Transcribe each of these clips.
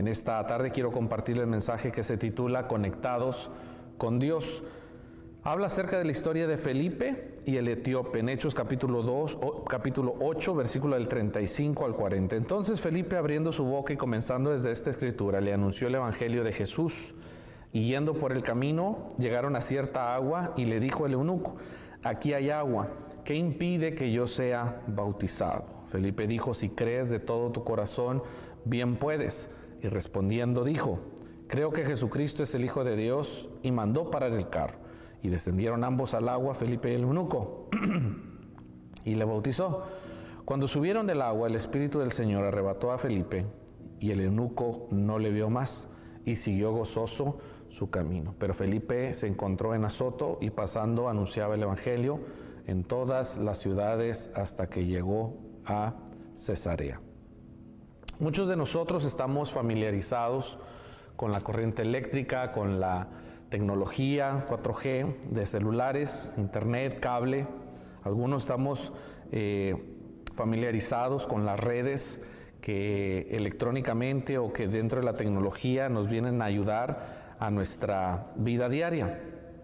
En esta tarde quiero compartir el mensaje que se titula Conectados con Dios. Habla acerca de la historia de Felipe y el etíope en Hechos capítulo 8, versículo del 35 al 40. Entonces Felipe, abriendo su boca y comenzando desde esta escritura, le anunció el evangelio de Jesús. Y yendo por el camino, llegaron a cierta agua y le dijo el eunuco: aquí hay agua, ¿qué impide que yo sea bautizado? Felipe dijo: si crees de todo tu corazón, bien puedes. Y respondiendo dijo: creo que Jesucristo es el Hijo de Dios, y mandó parar el carro. Y descendieron ambos al agua, Felipe y el eunuco, y le bautizó. Cuando subieron del agua, el Espíritu del Señor arrebató a Felipe, y el eunuco no le vio más, y siguió gozoso su camino. Pero Felipe se encontró en Azoto, y pasando anunciaba el Evangelio en todas las ciudades hasta que llegó a Cesarea. Muchos de nosotros estamos familiarizados con la corriente eléctrica, con la tecnología 4G de celulares, internet, cable. Algunos estamos familiarizados con las redes que electrónicamente o que dentro de la tecnología nos vienen a ayudar a nuestra vida diaria.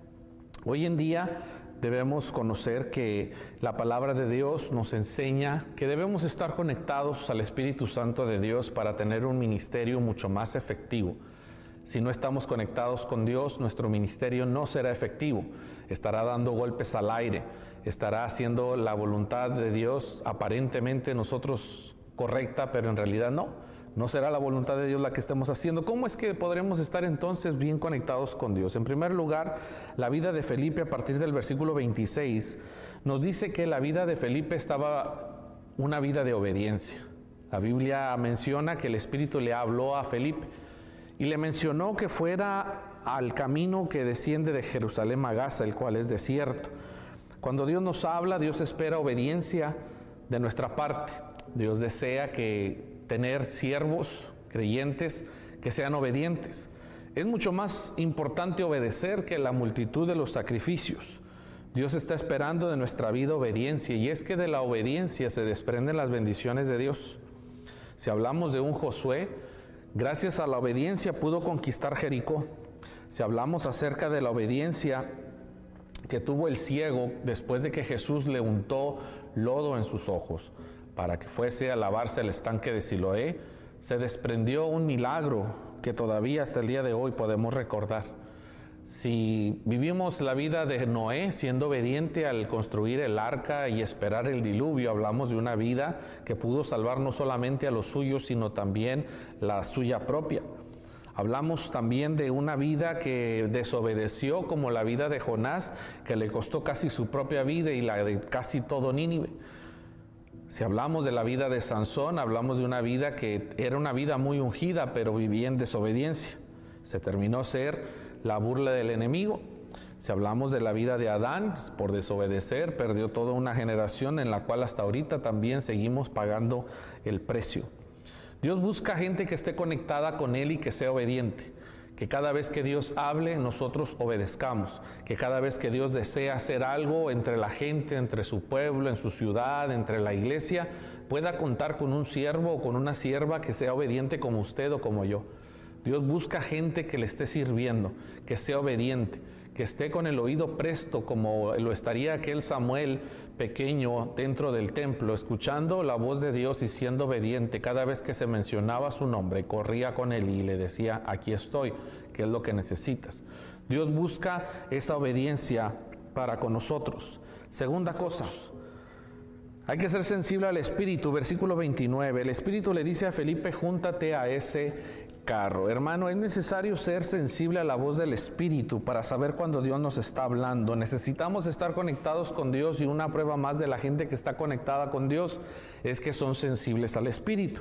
Hoy en día debemos conocer que la palabra de Dios nos enseña que debemos estar conectados al Espíritu Santo de Dios para tener un ministerio mucho más efectivo. Si no estamos conectados con Dios, nuestro ministerio no será efectivo. Estará dando golpes al aire, estará haciendo la voluntad de Dios aparentemente nosotros correcta, pero en realidad no será la voluntad de Dios la que estemos haciendo. ¿Cómo es que podremos estar entonces bien conectados con Dios? En primer lugar, la vida de Felipe, a partir del versículo 26, nos dice que la vida de Felipe estaba una vida de obediencia. La Biblia menciona que el Espíritu le habló a Felipe y le mencionó que fuera al camino que desciende de Jerusalén a Gaza, el cual es desierto. Cuando Dios nos habla, Dios espera obediencia de nuestra parte. Dios desea tener siervos creyentes que sean obedientes. Es mucho más importante obedecer que la multitud de los sacrificios. Dios está esperando de nuestra vida obediencia, y es que de la obediencia se desprenden las bendiciones de Dios. Si hablamos de un Josué, gracias a la obediencia pudo conquistar Jericó. Si hablamos acerca de la obediencia que tuvo el ciego después de que Jesús le untó lodo en sus ojos para que fuese a lavarse al estanque de Siloé, se desprendió un milagro que todavía hasta el día de hoy podemos recordar. Si vivimos la vida de Noé siendo obediente al construir el arca y esperar el diluvio, hablamos de una vida que pudo salvar no solamente a los suyos, sino también la suya propia. Hablamos también de una vida que desobedeció, como la vida de Jonás, que le costó casi su propia vida y la de casi todo Nínive. Si hablamos de la vida de Sansón, hablamos de una vida que era una vida muy ungida, pero vivía en desobediencia. Se terminó ser la burla del enemigo. Si hablamos de la vida de Adán, por desobedecer, perdió toda una generación en la cual hasta ahorita también seguimos pagando el precio. Dios busca gente que esté conectada con Él y que sea obediente. Que cada vez que Dios hable, nosotros obedezcamos. Que cada vez que Dios desea hacer algo entre la gente, entre su pueblo, en su ciudad, entre la iglesia, pueda contar con un siervo o con una sierva que sea obediente como usted o como yo. Dios busca gente que le esté sirviendo, que sea obediente, que esté con el oído presto como lo estaría aquel Samuel pequeño dentro del templo, escuchando la voz de Dios y siendo obediente. Cada vez que se mencionaba su nombre, corría con él y le decía: aquí estoy, ¿qué es lo que necesitas? Dios busca esa obediencia para con nosotros. Segunda cosa, hay que ser sensible al Espíritu. Versículo 29, el Espíritu le dice a Felipe: júntate a ese carro. Hermano, es necesario ser sensible a la voz del Espíritu para saber cuando Dios nos está hablando. Necesitamos estar conectados con Dios, y una prueba más de la gente que está conectada con Dios es que son sensibles al Espíritu.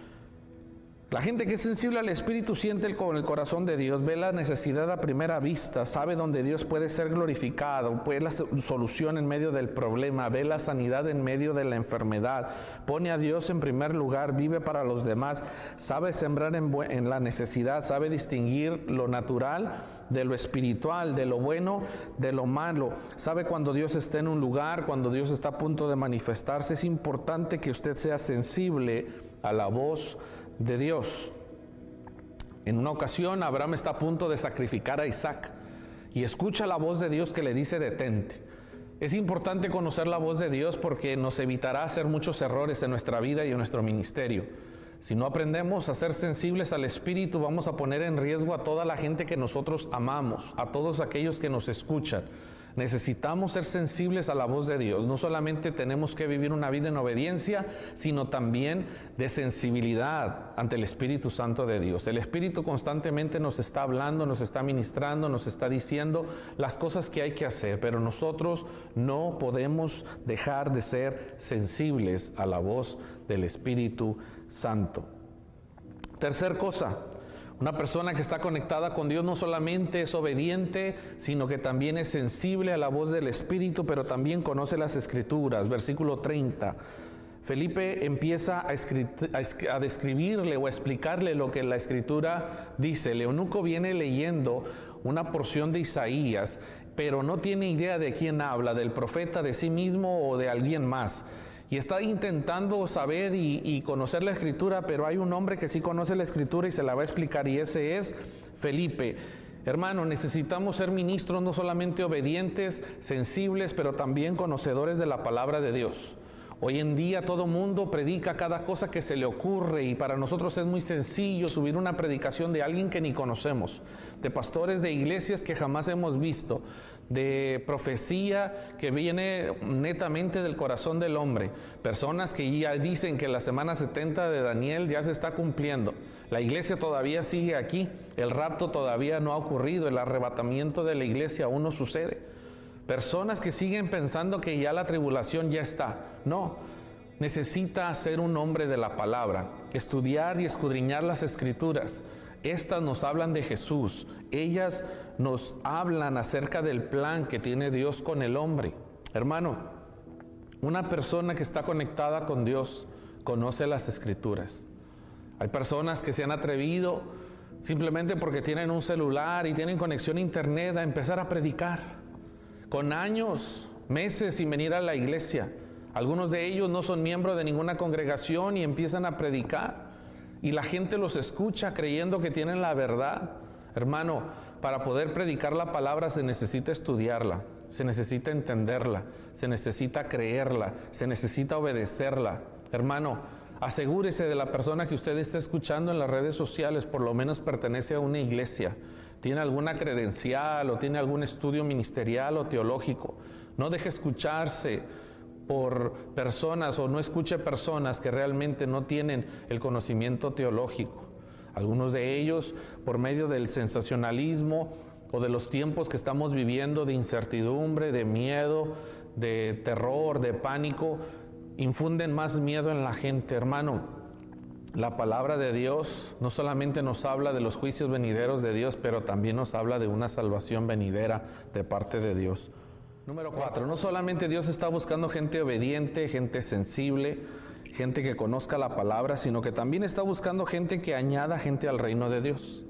La gente que es sensible al Espíritu siente con el corazón de Dios, ve la necesidad a primera vista, sabe dónde Dios puede ser glorificado, ve la solución en medio del problema, ve la sanidad en medio de la enfermedad, pone a Dios en primer lugar, vive para los demás, sabe sembrar en la necesidad, sabe distinguir lo natural de lo espiritual, de lo bueno de lo malo, sabe cuando Dios está en un lugar, cuando Dios está a punto de manifestarse. Es importante que usted sea sensible a la voz de Dios. En una ocasión, Abraham está a punto de sacrificar a Isaac y escucha la voz de Dios que le dice: detente. Es importante conocer la voz de Dios porque nos evitará hacer muchos errores en nuestra vida y en nuestro ministerio. Si no aprendemos a ser sensibles al Espíritu, vamos a poner en riesgo a toda la gente que nosotros amamos, a todos aquellos que nos escuchan. Necesitamos ser sensibles a la voz de Dios. No solamente tenemos que vivir una vida en obediencia, sino también de sensibilidad ante el Espíritu Santo de Dios. El Espíritu constantemente nos está hablando, nos está ministrando, nos está diciendo las cosas que hay que hacer, pero nosotros no podemos dejar de ser sensibles a la voz del Espíritu Santo. Tercer cosa, una persona que está conectada con Dios no solamente es obediente, sino que también es sensible a la voz del Espíritu, pero también conoce las Escrituras. Versículo 30. Felipe empieza a describirle o a explicarle lo que la Escritura dice. El eunuco viene leyendo una porción de Isaías, pero no tiene idea de quién habla, del profeta, de sí mismo o de alguien más. Y está intentando saber y conocer la Escritura, pero hay un hombre que sí conoce la Escritura y se la va a explicar, y ese es Felipe. Hermano, necesitamos ser ministros no solamente obedientes, sensibles, pero también conocedores de la palabra de Dios. Hoy en día todo mundo predica cada cosa que se le ocurre, y para nosotros es muy sencillo subir una predicación de alguien que ni conocemos, de pastores de iglesias que jamás hemos visto, de profecía que viene netamente del corazón del hombre, personas que ya dicen que la semana 70 de Daniel ya se está cumpliendo, la iglesia todavía sigue aquí, el rapto todavía no ha ocurrido, el arrebatamiento de la iglesia aún no sucede. Personas que siguen pensando que ya la tribulación ya está. No, necesita ser un hombre de la palabra, estudiar y escudriñar las Escrituras. Estas nos hablan de Jesús, ellas nos hablan acerca del plan que tiene Dios con el hombre. Hermano, una persona que está conectada con Dios conoce las Escrituras. Hay personas que se han atrevido simplemente porque tienen un celular y tienen conexión a internet a empezar a predicar, con años, meses sin venir a la iglesia. Algunos de ellos no son miembros de ninguna congregación y empiezan a predicar, y la gente los escucha creyendo que tienen la verdad. Hermano, para poder predicar la palabra se necesita estudiarla, se necesita entenderla, se necesita creerla, se necesita obedecerla. Hermano, asegúrese de la persona que usted está escuchando en las redes sociales, por lo menos pertenece a una iglesia, tiene alguna credencial o tiene algún estudio ministerial o teológico. No deje escucharse por personas, o no escuche personas que realmente no tienen el conocimiento teológico. Algunos de ellos, por medio del sensacionalismo o de los tiempos que estamos viviendo de incertidumbre, de miedo, de terror, de pánico, infunden más miedo en la gente. Hermano, la palabra de Dios no solamente nos habla de los juicios venideros de Dios, pero también nos habla de una salvación venidera de parte de Dios. Número 4, no solamente Dios está buscando gente obediente, gente sensible, gente que conozca la palabra, sino que también está buscando gente que añada gente al reino de Dios.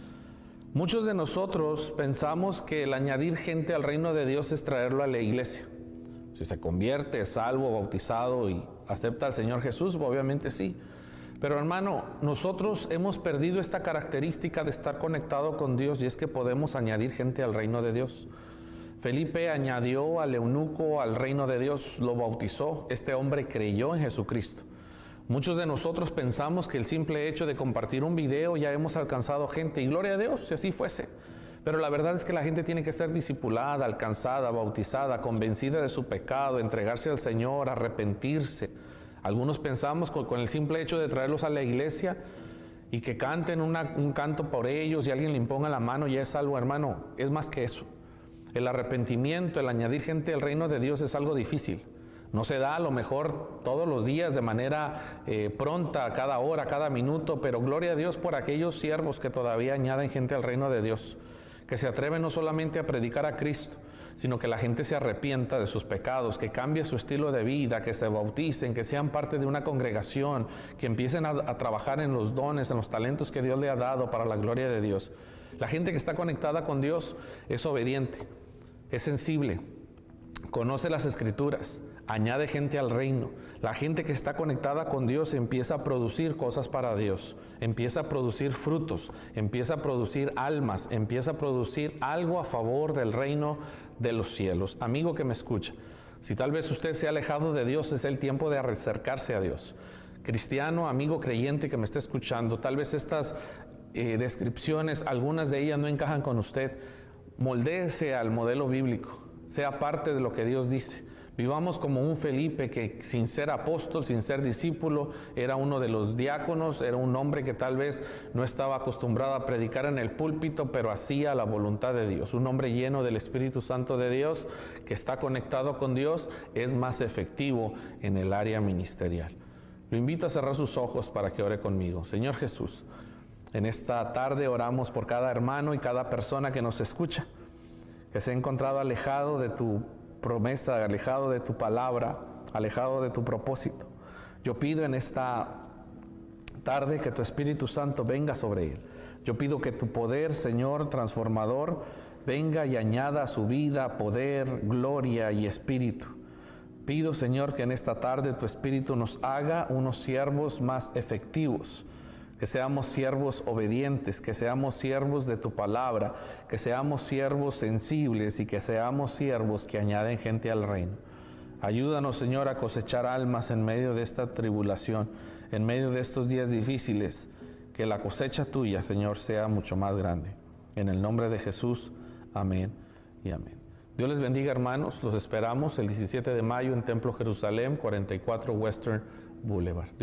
Muchos de nosotros pensamos que el añadir gente al reino de Dios es traerlo a la iglesia. Si se convierte, es salvo, bautizado y acepta al Señor Jesús, obviamente sí. Pero hermano, nosotros hemos perdido esta característica de estar conectado con Dios, y es que podemos añadir gente al reino de Dios. Felipe añadió al eunuco al reino de Dios, lo bautizó. Este hombre creyó en Jesucristo. Muchos de nosotros pensamos que el simple hecho de compartir un video ya hemos alcanzado gente, y gloria a Dios si así fuese. Pero la verdad es que la gente tiene que ser discipulada, alcanzada, bautizada, convencida de su pecado, entregarse al Señor, arrepentirse. Algunos pensamos con el simple hecho de traerlos a la iglesia y que canten un canto por ellos y alguien le imponga la mano ya es salvo. Hermano, es más que eso. El arrepentimiento, el añadir gente al reino de Dios es algo difícil. No se da a lo mejor todos los días de manera pronta, cada hora, cada minuto, pero gloria a Dios por aquellos siervos que todavía añaden gente al reino de Dios, que se atreven no solamente a predicar a Cristo, sino que la gente se arrepienta de sus pecados, que cambie su estilo de vida, que se bauticen, que sean parte de una congregación, que empiecen a trabajar en los dones, en los talentos que Dios le ha dado para la gloria de Dios. La gente que está conectada con Dios es obediente, es sensible, conoce las Escrituras, añade gente al reino. La gente que está conectada con Dios empieza a producir cosas para Dios, empieza a producir frutos, empieza a producir almas, empieza a producir algo a favor del reino de los cielos. Amigo que me escucha, si tal vez usted se ha alejado de Dios, es el tiempo de acercarse a Dios. Cristiano, amigo creyente que me está escuchando, tal vez estas descripciones, algunas de ellas no encajan con usted. Moldéese al modelo bíblico, sea parte de lo que Dios dice. Vivamos como un Felipe que, sin ser apóstol, sin ser discípulo, era uno de los diáconos, era un hombre que tal vez no estaba acostumbrado a predicar en el púlpito, pero hacía la voluntad de Dios. Un hombre lleno del Espíritu Santo de Dios, que está conectado con Dios, es más efectivo en el área ministerial. Lo invito a cerrar sus ojos para que ore conmigo. Señor Jesús, en esta tarde oramos por cada hermano y cada persona que nos escucha, que se ha encontrado alejado de tu promesa, alejado de tu palabra, alejado de tu propósito. Yo pido en esta tarde que tu Espíritu Santo venga sobre él. Yo pido que tu poder, Señor, transformador, venga y añada a su vida poder, gloria y espíritu. Pido, Señor, que en esta tarde tu Espíritu nos haga unos siervos más efectivos, que seamos siervos obedientes, que seamos siervos de tu palabra, que seamos siervos sensibles y que seamos siervos que añaden gente al reino. Ayúdanos, Señor, a cosechar almas en medio de esta tribulación, en medio de estos días difíciles, que la cosecha tuya, Señor, sea mucho más grande. En el nombre de Jesús, amén y amén. Dios les bendiga, hermanos. Los esperamos el 17 de mayo en Templo Jerusalén, 44 Western Boulevard.